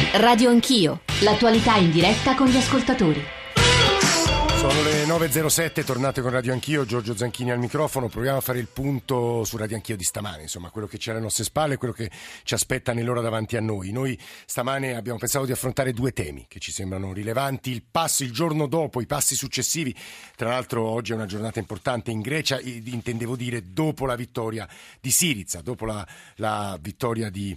Radio Anch'io, l'attualità in diretta con gli ascoltatori. Sono le 9.07, tornate con Radio Anch'io, Giorgio Zanchini al microfono. Proviamo a fare il punto su Radio Anch'io di stamane, insomma, quello che c'è alle nostre spalle e quello che ci aspetta nell'ora davanti a noi. Noi stamane abbiamo pensato di affrontare due temi che ci sembrano rilevanti: il passo, il giorno dopo, i passi successivi. Tra l'altro oggi è una giornata importante in Grecia, intendevo dire dopo la vittoria di Syriza, dopo la vittoria di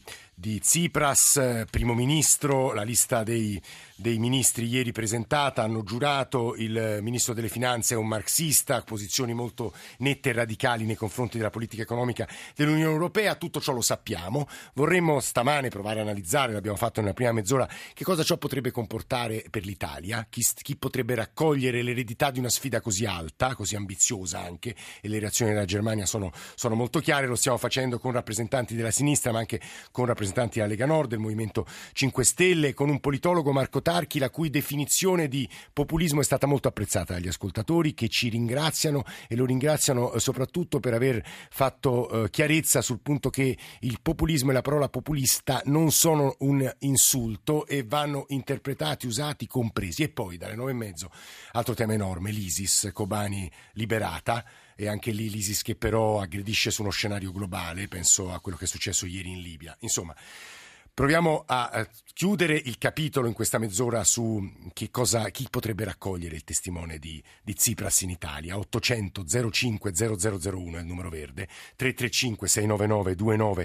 Tsipras, primo ministro. La lista dei ministri ieri presentata, hanno giurato. Il ministro delle finanze è un marxista, posizioni molto nette e radicali nei confronti della politica economica dell'Unione Europea. Tutto ciò lo sappiamo. Vorremmo stamane provare a analizzare, l'abbiamo fatto nella prima mezz'ora, che cosa ciò potrebbe comportare per l'Italia, chi potrebbe raccogliere l'eredità di una sfida così alta, così ambiziosa anche, e le reazioni della Germania sono molto chiare. Lo stiamo facendo con rappresentanti della sinistra, ma anche con rappresentanti della Lega Nord, del Movimento 5 Stelle, con un politologo, Marco Tarchi, la cui definizione di populismo è stata molto apprezzata dagli ascoltatori, che ci ringraziano, e lo ringraziano soprattutto per aver fatto chiarezza sul punto che il populismo e la parola populista non sono un insulto e vanno interpretati, usati, compresi. E poi dalle 9:30, altro tema enorme, l'ISIS, Kobani liberata. E anche lì l'ISIS che però aggredisce su uno scenario globale, penso a quello che è successo ieri in Libia. Insomma, proviamo a chiudere il capitolo in questa mezz'ora su chi potrebbe raccogliere il testimone di Tsipras in Italia. 800 05 0001 è il numero verde, 335 699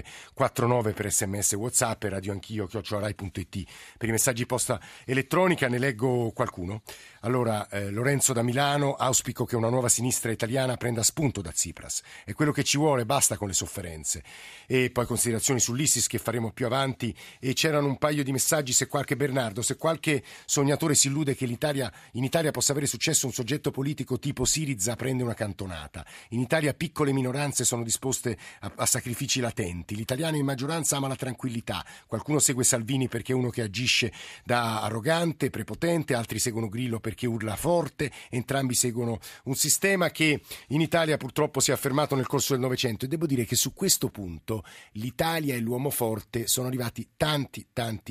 2949 per sms WhatsApp, e Radio Anch'io @rai.it per i messaggi posta elettronica. Ne leggo qualcuno. Allora, Lorenzo da Milano: auspico che una nuova sinistra italiana prenda spunto da Tsipras, è quello che ci vuole, basta con le sofferenze. E poi considerazioni sull'ISIS che faremo più avanti. E c'erano un paio di messaggi: se qualche sognatore si illude che in Italia possa avere successo un soggetto politico tipo Syriza, prende una cantonata. In Italia piccole minoranze sono disposte a sacrifici latenti. L'italiano in maggioranza ama la tranquillità. Qualcuno segue Salvini perché è uno che agisce da arrogante, prepotente, altri seguono Grillo perché urla forte. Entrambi seguono un sistema che in Italia purtroppo si è affermato nel corso del Novecento, e devo dire che su questo punto l'Italia e l'uomo forte sono arrivati tanti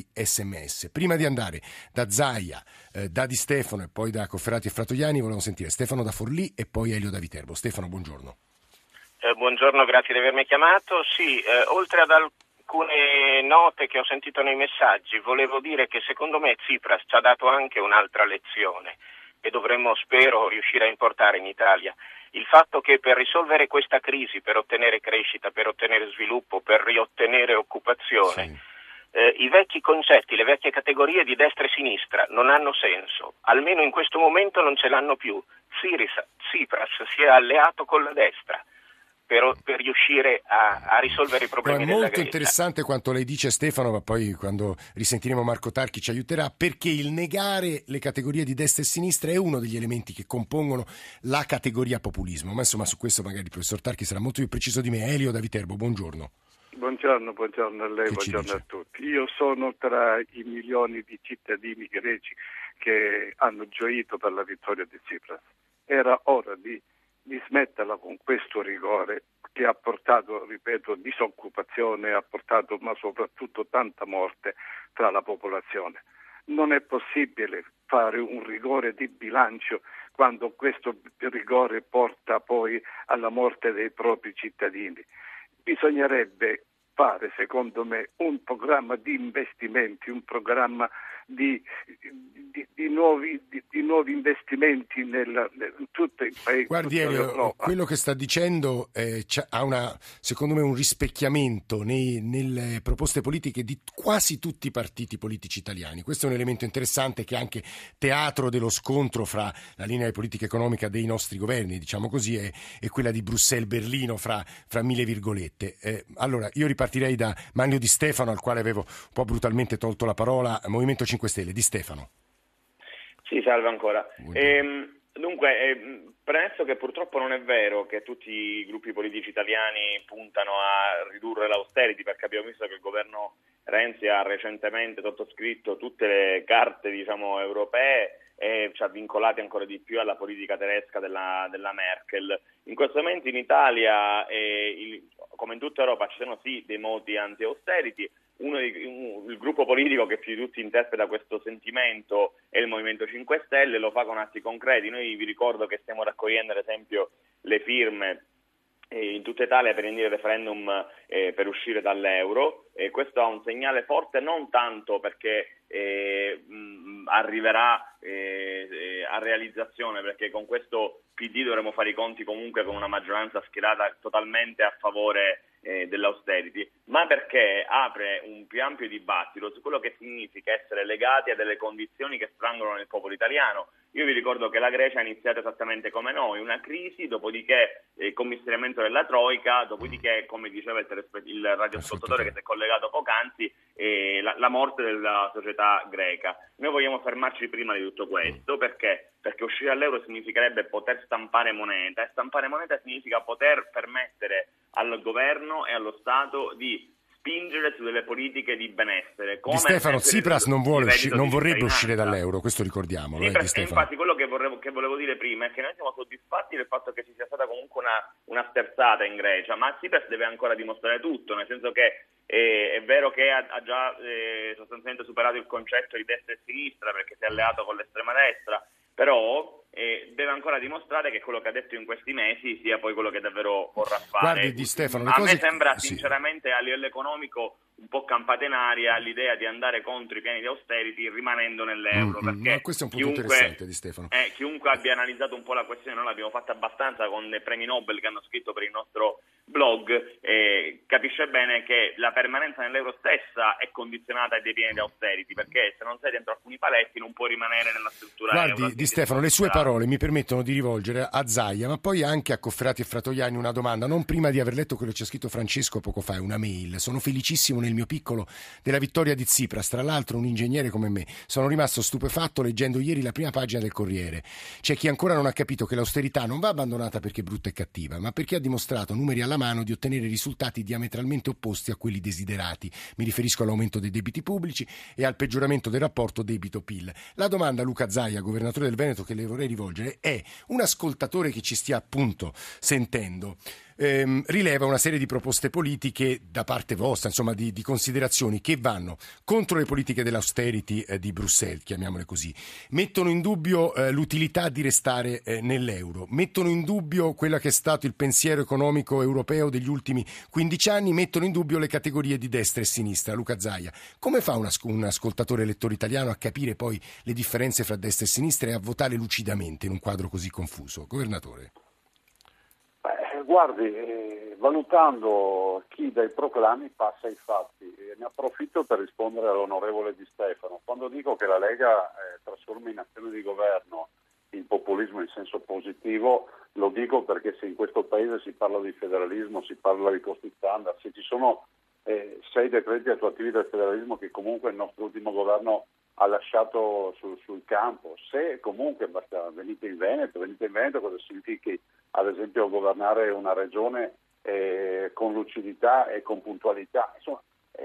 sms. Prima di andare da Zaia, da Di Stefano e poi da Cofferati e Fratoiani, volevo sentire Stefano da Forlì e poi Elio da Viterbo. Stefano, buongiorno. Buongiorno, grazie di avermi chiamato. Sì, oltre ad alcune note che ho sentito nei messaggi, volevo dire che secondo me Tsipras ci ha dato anche un'altra lezione e dovremmo, spero, riuscire a importare in Italia. Il fatto che per risolvere questa crisi, per ottenere crescita, per ottenere sviluppo, per riottenere occupazione, Sì. I vecchi concetti, le vecchie categorie di destra e sinistra non hanno senso, almeno in questo momento non ce l'hanno più. Tsipras si è alleato con la destra per riuscire a risolvere i problemi della Grecia. È molto interessante quanto lei dice, Stefano, ma poi quando risentiremo Marco Tarchi ci aiuterà, perché il negare le categorie di destra e sinistra è uno degli elementi che compongono la categoria populismo. Ma insomma, su questo magari il professor Tarchi sarà molto più preciso di me. Elio da Viterbo, buongiorno. Buongiorno a lei, buongiorno a tutti. Io sono tra i milioni di cittadini greci che hanno gioito per la vittoria di Tsipras. Era ora di smetterla con questo rigore che ha portato, ripeto, disoccupazione, ha portato ma soprattutto tanta morte tra la popolazione. Non è possibile fare un rigore di bilancio quando questo rigore porta poi alla morte dei propri cittadini. Bisognerebbe fare, secondo me, un programma di investimenti, un programma di nuovi investimenti in tutto il paese. Guardi Elio, quello che sta dicendo ha secondo me un rispecchiamento nelle proposte politiche di quasi tutti i partiti politici italiani. Questo è un elemento interessante che è anche teatro dello scontro fra la linea di politica economica dei nostri governi, diciamo così, e quella di Bruxelles-Berlino fra mille virgolette. Allora, io ripartirei da Manlio Di Stefano, al quale avevo un po' brutalmente tolto la parola. Movimento 5 Stelle, Di Stefano. Sì, salve ancora. Dunque, premesso che purtroppo non è vero che tutti i gruppi politici italiani puntano a ridurre l'austerity, perché abbiamo visto che il governo Renzi ha recentemente sottoscritto tutte le carte, europee, e ci ha vincolati ancora di più alla politica tedesca della Merkel. In questo momento in Italia, come in tutta Europa, ci sono sì dei moti anti-austerity, il gruppo politico che più di tutti interpreta questo sentimento è il Movimento 5 Stelle, lo fa con atti concreti. Noi vi ricordo che stiamo raccogliendo ad esempio le firme in tutta Italia per indire referendum per uscire dall'euro, e questo ha un segnale forte, non tanto perché arriverà a realizzazione, perché con questo PD dovremo fare i conti comunque con una maggioranza schierata totalmente a favore dell'austerity, ma perché apre un più ampio dibattito su quello che significa essere legati a delle condizioni che strangolano il popolo italiano. Io vi ricordo che la Grecia ha iniziato esattamente come noi, una crisi, dopodiché il commissariamento della Troica, dopodiché, come diceva il radioascoltatore che si è collegato poc'anzi, la morte della società greca. Noi vogliamo fermarci prima di tutto questo, perché uscire dall'euro significherebbe poter stampare moneta, e stampare moneta significa poter permettere al governo e allo Stato di spingere su delle politiche di benessere. Di Stefano, Tsipras non vorrebbe uscire dall'euro, questo ricordiamolo. Sì, perché infatti quello che volevo dire prima è che noi siamo soddisfatti del fatto che ci sia stata comunque una sterzata in Grecia, ma Tsipras deve ancora dimostrare tutto, nel senso che è vero che ha già sostanzialmente superato il concetto di destra e sinistra, perché si è alleato con l'estrema destra, però deve ancora dimostrare che quello che ha detto in questi mesi sia poi quello che davvero vorrà fare. Guardi, Di Stefano, a me sembra sinceramente a livello economico un po' campata in aria l'idea di andare contro i piani di austerity rimanendo nell'euro, perché questo è un punto interessante, Di Stefano. Chiunque abbia analizzato un po' la questione, noi l'abbiamo fatta abbastanza con dei premi Nobel che hanno scritto per il nostro blog, capisce bene che la permanenza nell'euro stessa è condizionata ai piani di austerity, perché se non sei dentro alcuni paletti non puoi rimanere nella struttura euro. Guardi, Di Stefano, le sue parole mi permettono di rivolgere a Zaia, ma poi anche a Cofferati e Fratoiani una domanda, non prima di aver letto quello che ci ha scritto Francesco poco fa, una mail. Sono felicissimo nel mio piccolo della vittoria di Tsipras, tra l'altro un ingegnere come me. Sono rimasto stupefatto leggendo ieri la prima pagina del Corriere. C'è chi ancora non ha capito che l'austerità non va abbandonata perché è brutta e cattiva, ma perché ha dimostrato, numeri alla mano, di ottenere risultati diametralmente opposti a quelli desiderati. Mi riferisco all'aumento dei debiti pubblici e al peggioramento del rapporto debito-PIL. La domanda, Luca Zaia, governatore del Veneto, che le vorrei rivolgere è: un ascoltatore che ci stia appunto sentendo rileva una serie di proposte politiche da parte vostra, insomma di considerazioni che vanno contro le politiche dell'austerity di Bruxelles, chiamiamole così, mettono in dubbio l'utilità di restare nell'euro, mettono in dubbio quello che è stato il pensiero economico europeo degli ultimi 15 anni, mettono in dubbio le categorie di destra e sinistra. Luca Zaia, come fa un ascoltatore elettore italiano a capire poi le differenze fra destra e sinistra e a votare lucidamente in un quadro così confuso? Governatore. Guardi, valutando chi dai proclami passa ai fatti, ne approfitto per rispondere all'onorevole Di Stefano. Quando dico che la Lega trasforma in azione di governo il populismo in senso positivo, lo dico perché se in questo paese si parla di federalismo, si parla di costi standard, se ci sono 6 decreti attuativi del federalismo che comunque il nostro ultimo governo ha lasciato sul campo, se comunque basta venite in Veneto cosa significa ad esempio governare una regione con lucidità e con puntualità, insomma,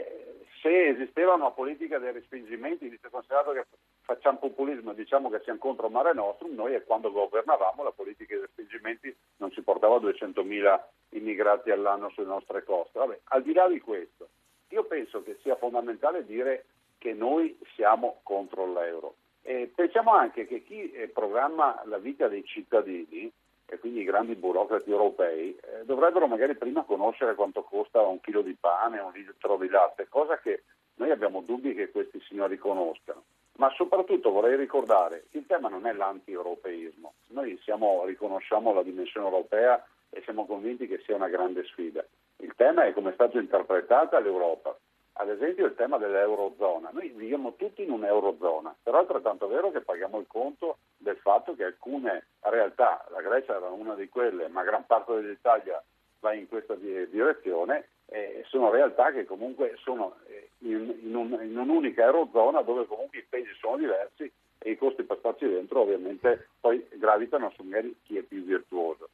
se esisteva una politica dei respingimenti, visto considerato che facciamo populismo e diciamo che siamo contro Mare Nostrum, noi quando governavamo la politica dei respingimenti non ci portava 200.000 immigrati all'anno sulle nostre coste. Vabbè, al di là di questo, io penso che sia fondamentale dire che noi siamo contro l'euro. Pensiamo anche che chi programma la vita dei cittadini, e quindi i grandi burocrati europei, dovrebbero magari prima conoscere quanto costa un chilo di pane, un litro di latte, cosa che noi abbiamo dubbi che questi signori conoscano. Ma soprattutto vorrei ricordare che il tema non è l'anti-europeismo. Noi riconosciamo la dimensione europea e siamo convinti che sia una grande sfida. Il tema è come è stata interpretata l'Europa. Ad esempio il tema dell'eurozona. Noi viviamo tutti in un'eurozona, però è altrettanto vero che paghiamo il conto del fatto che alcune realtà, la Grecia era una di quelle, ma gran parte dell'Italia va in questa direzione, sono realtà che comunque sono in un'unica eurozona dove comunque i paesi sono diversi e i costi per starci dentro ovviamente poi gravitano su magari chi è più virtuoso.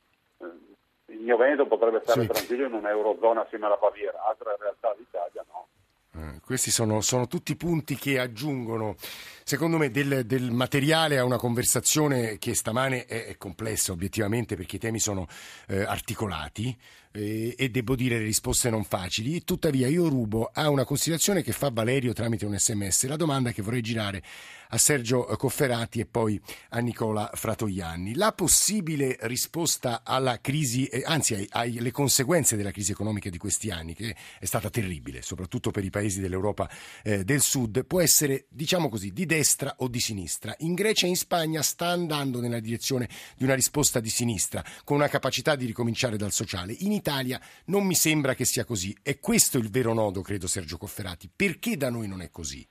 Il mio Veneto potrebbe stare tranquillo in un'eurozona assieme alla Baviera, altre realtà d'Italia no. Questi sono tutti punti che aggiungono, secondo me, del materiale a una conversazione che stamane è complessa obiettivamente perché i temi sono articolati, e devo dire le risposte non facili. Tuttavia io rubo a una considerazione che fa Valerio tramite un SMS la domanda che vorrei girare a Sergio Cofferati e poi a Nicola Fratoianni. La possibile risposta alla crisi, anzi alle conseguenze della crisi economica di questi anni, che è stata terribile, soprattutto per i paesi dell'Europa del Sud, può essere, diciamo così, di destra o di sinistra. In Grecia e in Spagna sta andando nella direzione di una risposta di sinistra, con una capacità di ricominciare dal sociale. In Italia non mi sembra che sia così. È questo il vero nodo, credo, Sergio Cofferati. Perché da noi non è così?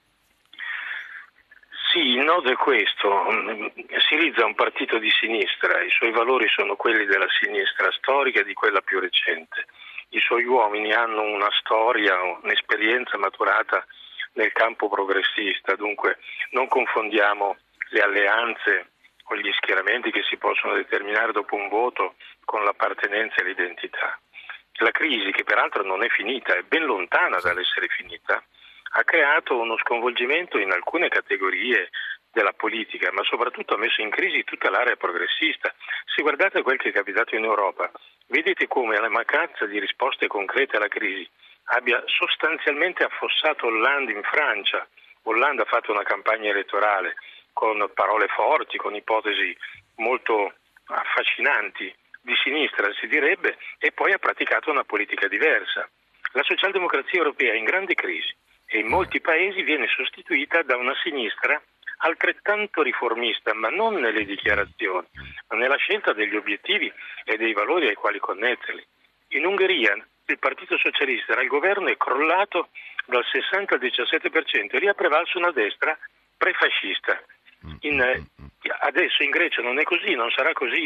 Sì, il nodo è questo. Syriza è un partito di sinistra, i suoi valori sono quelli della sinistra storica e di quella più recente. I suoi uomini hanno una storia, un'esperienza maturata nel campo progressista, dunque non confondiamo le alleanze o gli schieramenti che si possono determinare dopo un voto con l'appartenenza e l'identità. La crisi, che peraltro non è finita, è ben lontana dall'essere finita, ha creato uno sconvolgimento in alcune categorie della politica, ma soprattutto ha messo in crisi tutta l'area progressista. Se guardate quel che è capitato in Europa, vedete come la mancanza di risposte concrete alla crisi abbia sostanzialmente affossato Hollande in Francia. Hollande ha fatto una campagna elettorale con parole forti, con ipotesi molto affascinanti, di sinistra si direbbe, e poi ha praticato una politica diversa. La socialdemocrazia europea è in grande crisi e in molti paesi viene sostituita da una sinistra altrettanto riformista, ma non nelle dichiarazioni, ma nella scelta degli obiettivi e dei valori ai quali connetterli. In Ungheria il Partito Socialista era al governo e crollato dal 60 al 17% e lì ha prevalso una destra prefascista. Adesso in Grecia non è così, non sarà così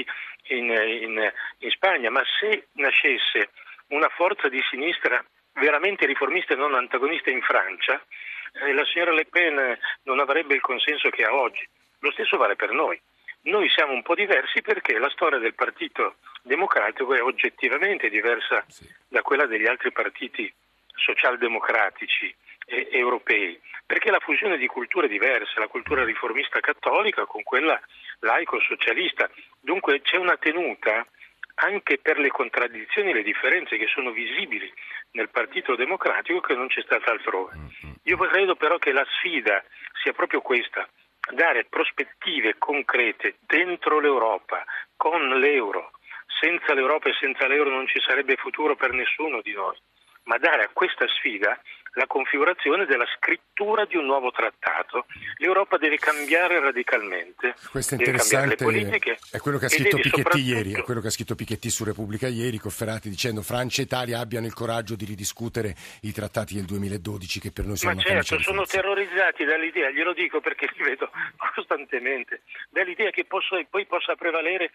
in Spagna, ma se nascesse una forza di sinistra veramente riformista e non antagonista in Francia, la signora Le Pen non avrebbe il consenso che ha oggi. Lo stesso vale per noi. Noi siamo un po' diversi perché la storia del Partito Democratico è oggettivamente diversa da quella degli altri partiti socialdemocratici europei, perché la fusione di culture diverse, la cultura riformista cattolica con quella laico-socialista, dunque c'è una tenuta anche per le contraddizioni e le differenze che sono visibili nel Partito Democratico che non c'è stata altrove. Io credo però che la sfida sia proprio questa, dare prospettive concrete dentro l'Europa, con l'euro. Senza l'Europa e senza l'euro non ci sarebbe futuro per nessuno di noi, ma dare a questa sfida la configurazione della scrittura di un nuovo trattato. L'Europa deve cambiare radicalmente. Questo è deve cambiare le interessante, politiche, è quello che ha scritto Piketty ieri, è quello che ha scritto Piketty su Repubblica ieri, Cofferati, dicendo Francia e Italia abbiano il coraggio di ridiscutere i trattati del 2012 che per noi sono ma una camicia certo, di sono forza. terrorizzati dall'idea, glielo dico perché li vedo costantemente, dall'idea che poi possa prevalere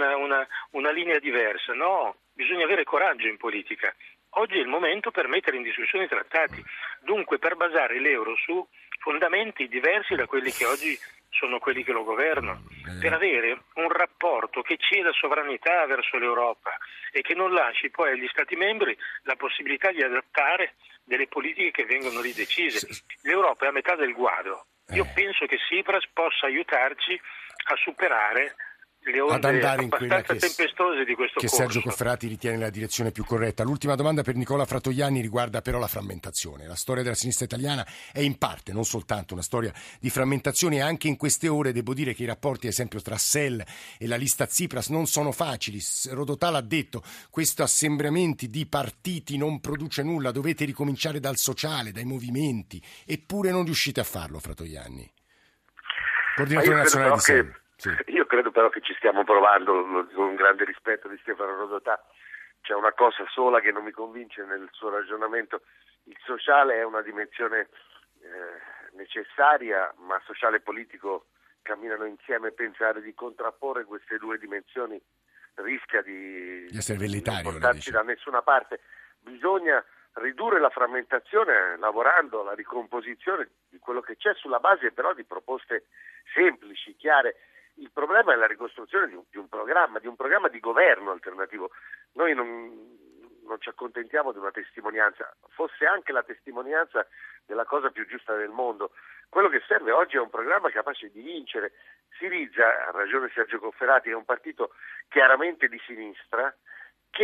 una linea diversa. No, bisogna avere coraggio in politica. Oggi è il momento per mettere in discussione i trattati, dunque per basare l'euro su fondamenti diversi da quelli che oggi sono quelli che lo governano, per avere un rapporto che ceda sovranità verso l'Europa e che non lasci poi agli Stati membri la possibilità di adattare delle politiche che vengono ridecise. L'Europa è a metà del guado. Io penso che Tsipras possa aiutarci a superare le onde abbastanza tempestose di questo corso. Sergio Cofferati ritiene la direzione più corretta. L'ultima domanda per Nicola Fratoianni riguarda però la frammentazione. La storia della sinistra italiana è in parte, non soltanto, una storia di frammentazione, e anche in queste ore devo dire che i rapporti, ad esempio, tra SEL e la lista Tsipras non sono facili. Rodotà l'ha detto, questo assembramenti di partiti non produce nulla, dovete ricominciare dal sociale, dai movimenti, eppure non riuscite a farlo, Fratoianni. Coordinatore nazionale di SEL. Sì. Io credo però che ci stiamo provando, con un grande rispetto di Stefano Rodotà. C'è una cosa sola che non mi convince nel suo ragionamento: il sociale è una dimensione necessaria, ma sociale e politico camminano insieme. Pensare di contrapporre queste due dimensioni rischia di essere velleitario, non portarci da nessuna parte. Bisogna ridurre la frammentazione lavorando alla ricomposizione di quello che c'è, sulla base però di proposte semplici, chiare. Il problema è la ricostruzione di un programma di governo alternativo. Noi non ci accontentiamo di una testimonianza, fosse anche la testimonianza della cosa più giusta del mondo. Quello che serve oggi è un programma capace di vincere. Syriza, ha ragione Sergio Cofferati, è un partito chiaramente di sinistra che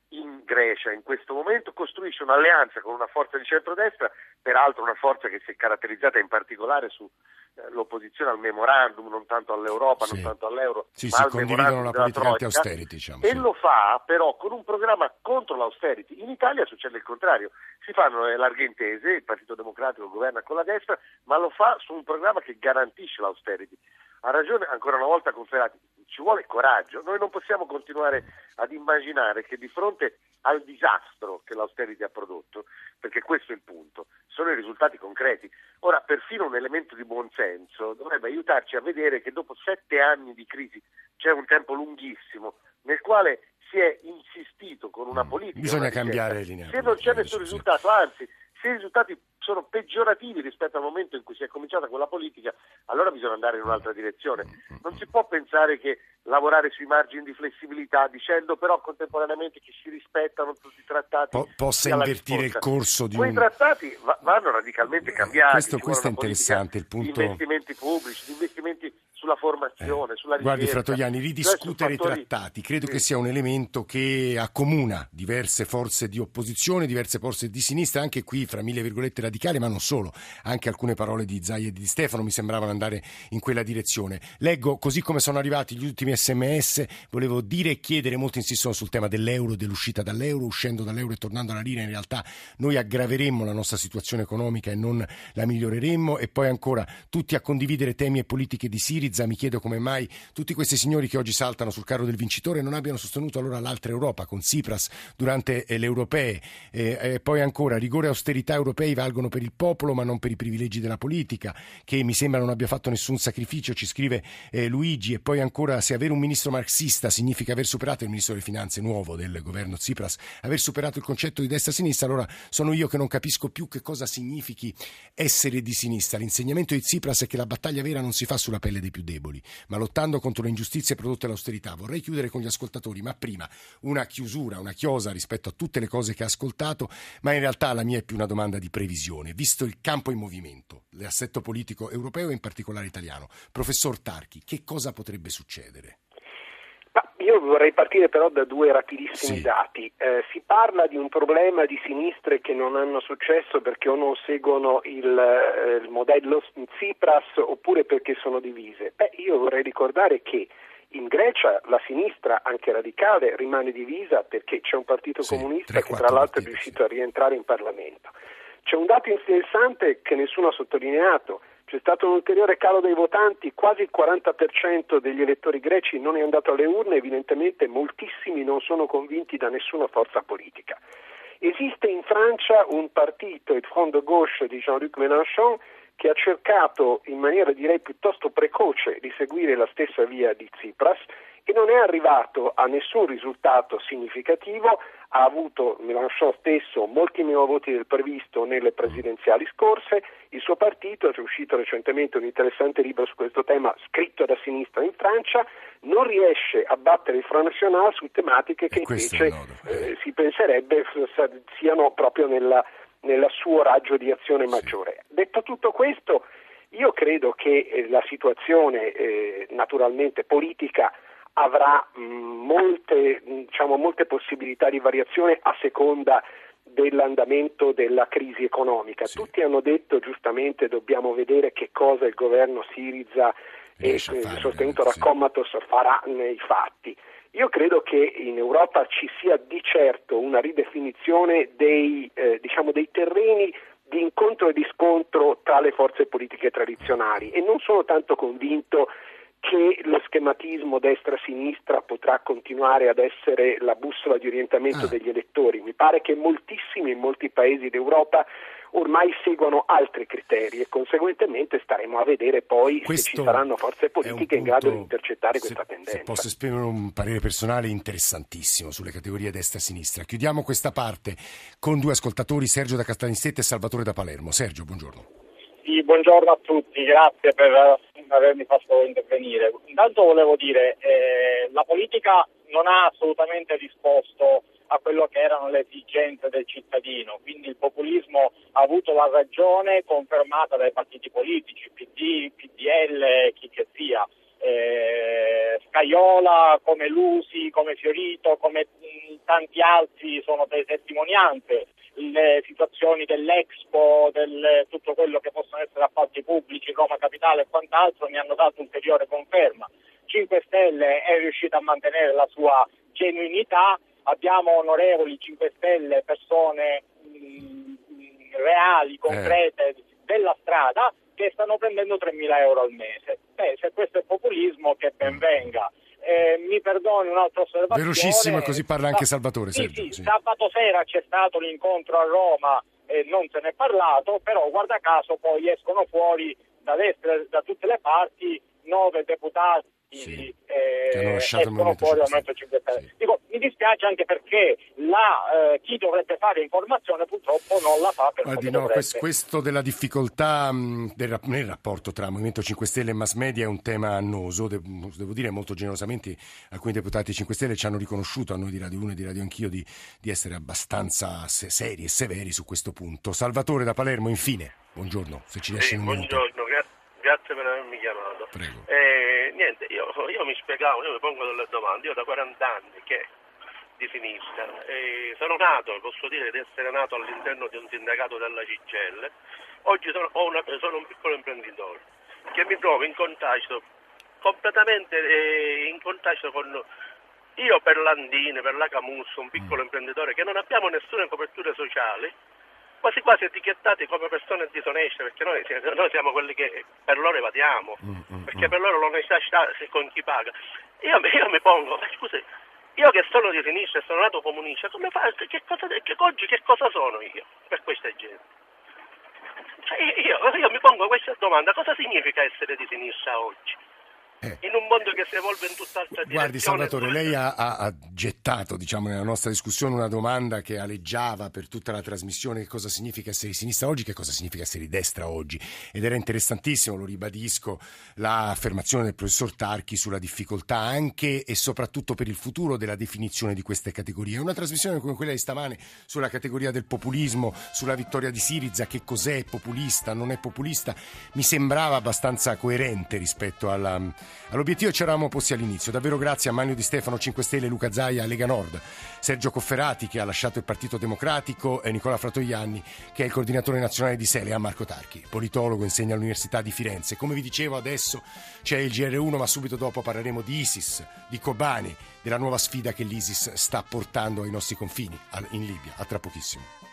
in Grecia in questo momento, costruisce un'alleanza con una forza di centrodestra, peraltro una forza che si è caratterizzata in particolare sull'opposizione al memorandum, non tanto all'Europa, non tanto all'euro, ma al condividono la politica anti-austerity, diciamo. E lo fa però con un programma contro l'austerity. In Italia succede il contrario, si fanno le larghe intese, il Partito Democratico governa con la destra, ma lo fa su un programma che garantisce l'austerity. Ha ragione ancora una volta Conferati, ci vuole coraggio, noi non possiamo continuare ad immaginare che di fronte al disastro che l'austerity ha prodotto, perché questo è il punto, sono i risultati concreti. Ora, perfino un elemento di buonsenso dovrebbe aiutarci a vedere che dopo 7 anni di crisi c'è un tempo lunghissimo nel quale si è insistito con una politica. Bisogna cambiare linea. Se non c'è nessun risultato, anzi, se i risultati sono peggiorativi rispetto al momento in cui si è cominciata quella politica, allora bisogna andare in un'altra direzione. Non si può pensare che lavorare sui margini di flessibilità, dicendo però contemporaneamente che si rispettano tutti i trattati, possa invertire il corso di quei trattati vanno radicalmente cambiati. Questo è interessante, il punto. Gli investimenti pubblici, gli investimenti sulla formazione, sulla ricerca. Guardi Fratoianni, ridiscutere i trattati credo che sia un elemento che accomuna diverse forze di opposizione, diverse forze di sinistra, anche qui fra mille virgolette radicali, ma non solo, anche alcune parole di Zaia e di Stefano mi sembravano andare in quella direzione. Leggo così come sono arrivati gli ultimi SMS, volevo dire e chiedere, molti insistono sul tema dell'euro, dell'uscita dall'euro, uscendo dall'euro e tornando alla lira, in realtà noi aggraveremmo la nostra situazione economica e non la miglioreremmo. E poi ancora tutti a condividere temi e politiche di Siriza. Mi chiedo come mai tutti questi signori che oggi saltano sul carro del vincitore non abbiano sostenuto allora l'altra Europa con Tsipras durante le europee. Poi ancora rigore e austerità europei valgono per il popolo ma non per i privilegi della politica, che mi sembra non abbia fatto nessun sacrificio, ci scrive Luigi. E poi ancora, se avere un ministro marxista significa aver superato, il ministro delle finanze nuovo del governo Tsipras, aver superato il concetto di destra-sinistra, allora sono io che non capisco più che cosa significhi essere di sinistra. L'insegnamento di Tsipras è che la battaglia vera non si fa sulla pelle dei più deboli, ma lottando contro le ingiustizie prodotte dall'austerità. Vorrei chiudere con gli ascoltatori, ma prima una chiusura, una chiosa rispetto a tutte le cose che ha ascoltato, ma in realtà la mia è più una domanda di previsione. Visto il campo in movimento, l'assetto politico europeo e in particolare italiano, professor Tarchi, che cosa potrebbe succedere? Io vorrei partire però da 2 rapidissimi dati. Si parla di un problema di sinistre che non hanno successo perché o non seguono il modello Tsipras oppure perché sono divise. Io vorrei ricordare che in Grecia la sinistra, anche radicale, rimane divisa perché c'è un partito comunista che tra l'altro è riuscito a rientrare in Parlamento. C'è un dato interessante che nessuno ha sottolineato. C'è stato un ulteriore calo dei votanti, quasi il 40% degli elettori greci non è andato alle urne, evidentemente moltissimi non sono convinti da nessuna forza politica. Esiste in Francia un partito, il Front de Gauche di Jean-Luc Mélenchon, che ha cercato in maniera direi piuttosto precoce di seguire la stessa via di Tsipras e non è arrivato a nessun risultato significativo. Ha avuto Mélenchon stesso molti meno voti del previsto nelle presidenziali scorse. Il suo partito, è uscito recentemente un interessante libro su questo tema scritto da sinistra in Francia, non riesce a battere il Front National su tematiche che invece si penserebbe siano proprio nel suo raggio di azione maggiore. Detto tutto questo, io credo che la situazione naturalmente politica avrà molte possibilità di variazione a seconda dell'andamento della crisi economica. Tutti hanno detto giustamente dobbiamo vedere che cosa il governo Siriza e sostenuto da Commatos farà nei fatti. Io credo che in Europa ci sia di certo una ridefinizione dei terreni di incontro e di scontro tra le forze politiche tradizionali e non sono tanto convinto che lo schematismo destra-sinistra potrà continuare ad essere la bussola di orientamento degli elettori. Mi pare che in molti paesi d'Europa ormai seguono altri criteri e conseguentemente staremo a vedere poi se ci saranno forze politiche in grado di intercettare questa tendenza. Se posso esprimere un parere personale interessantissimo sulle categorie destra-sinistra. Chiudiamo questa parte con 2 ascoltatori, Sergio da Caltanissetta e Salvatore da Palermo. Sergio, buongiorno. Sì, buongiorno a tutti, grazie per avermi fatto intervenire. Intanto volevo dire, la politica non ha assolutamente risposto a quello che erano le esigenze del cittadino, quindi il populismo ha avuto la ragione confermata dai partiti politici, PD, PDL, chi che sia. Scaiola, come Lusi, come Fiorito, come tanti altri sono delle testimonianze. Le situazioni dell'Expo, tutto quello che possono essere appalti pubblici, Roma Capitale e quant'altro mi hanno dato ulteriore conferma. 5 Stelle è riuscita a mantenere la sua genuinità, abbiamo onorevoli 5 Stelle, persone reali, concrete della strada, che stanno prendendo 3.000 euro al mese. Se questo è populismo, che ben venga. Mi perdoni un'altra osservazione. Velocissimo, così parla anche Salvatore. Sì. Sabato sera c'è stato l'incontro a Roma e non se ne è parlato, però guarda caso poi escono fuori da destra, da tutte le parti, 9 deputati che hanno lasciato il Movimento 5 Stelle. Sì. Dico, mi dispiace anche perché chi dovrebbe fare informazione purtroppo non la fa. Questo della difficoltà nel rapporto tra Movimento 5 Stelle e mass media è un tema annoso. Devo dire molto generosamente alcuni deputati 5 Stelle ci hanno riconosciuto a noi di Radio 1 e di Radio Anch'io di essere abbastanza seri e severi su questo punto. Salvatore da Palermo, infine, buongiorno, se ci riesce in un minuto. Buongiorno, grazie per avermi chiamato. Prego. Niente, io mi spiegavo, io mi pongo delle domande. Io da 40 anni che di sinistra sono nato, posso dire di essere nato all'interno di un sindacato della CGIL. Oggi sono un piccolo imprenditore che mi trovo in contagio completamente in contagio con io per Landini, per la Camusso, un piccolo imprenditore che non abbiamo nessuna copertura sociale, quasi quasi etichettati come persone disoneste, perché noi siamo quelli che per loro evadiamo, perché per loro l'onestà sta con chi paga. Io mi pongo, scusi, io che sono di sinistra e sono nato comunista, come fa? Oggi che cosa sono io per questa gente? Io mi pongo questa domanda: cosa significa essere di sinistra oggi? In un mondo che si evolve in tutt'altra direzione. Guardi Salvatore, lei ha gettato, nella nostra discussione una domanda che aleggiava per tutta la trasmissione: che cosa significa essere di sinistra oggi, che cosa significa essere di destra oggi, ed era interessantissimo, lo ribadisco, l'affermazione del professor Tarchi sulla difficoltà anche e soprattutto per il futuro della definizione di queste categorie. Una trasmissione come quella di stamane sulla categoria del populismo, sulla vittoria di Syriza, che cos'è populista, non è populista, mi sembrava abbastanza coerente rispetto all'obiettivo ci eravamo posti all'inizio. Davvero grazie a Manlio Di Stefano, 5 Stelle, Luca Zaia, Lega Nord, Sergio Cofferati che ha lasciato il Partito Democratico e Nicola Fratoianni che è il coordinatore nazionale di SELE, a Marco Tarchi, politologo, insegna all'Università di Firenze. Come vi dicevo, adesso c'è il GR1, ma subito dopo parleremo di ISIS, di Kobane, della nuova sfida che l'ISIS sta portando ai nostri confini in Libia. A tra pochissimo.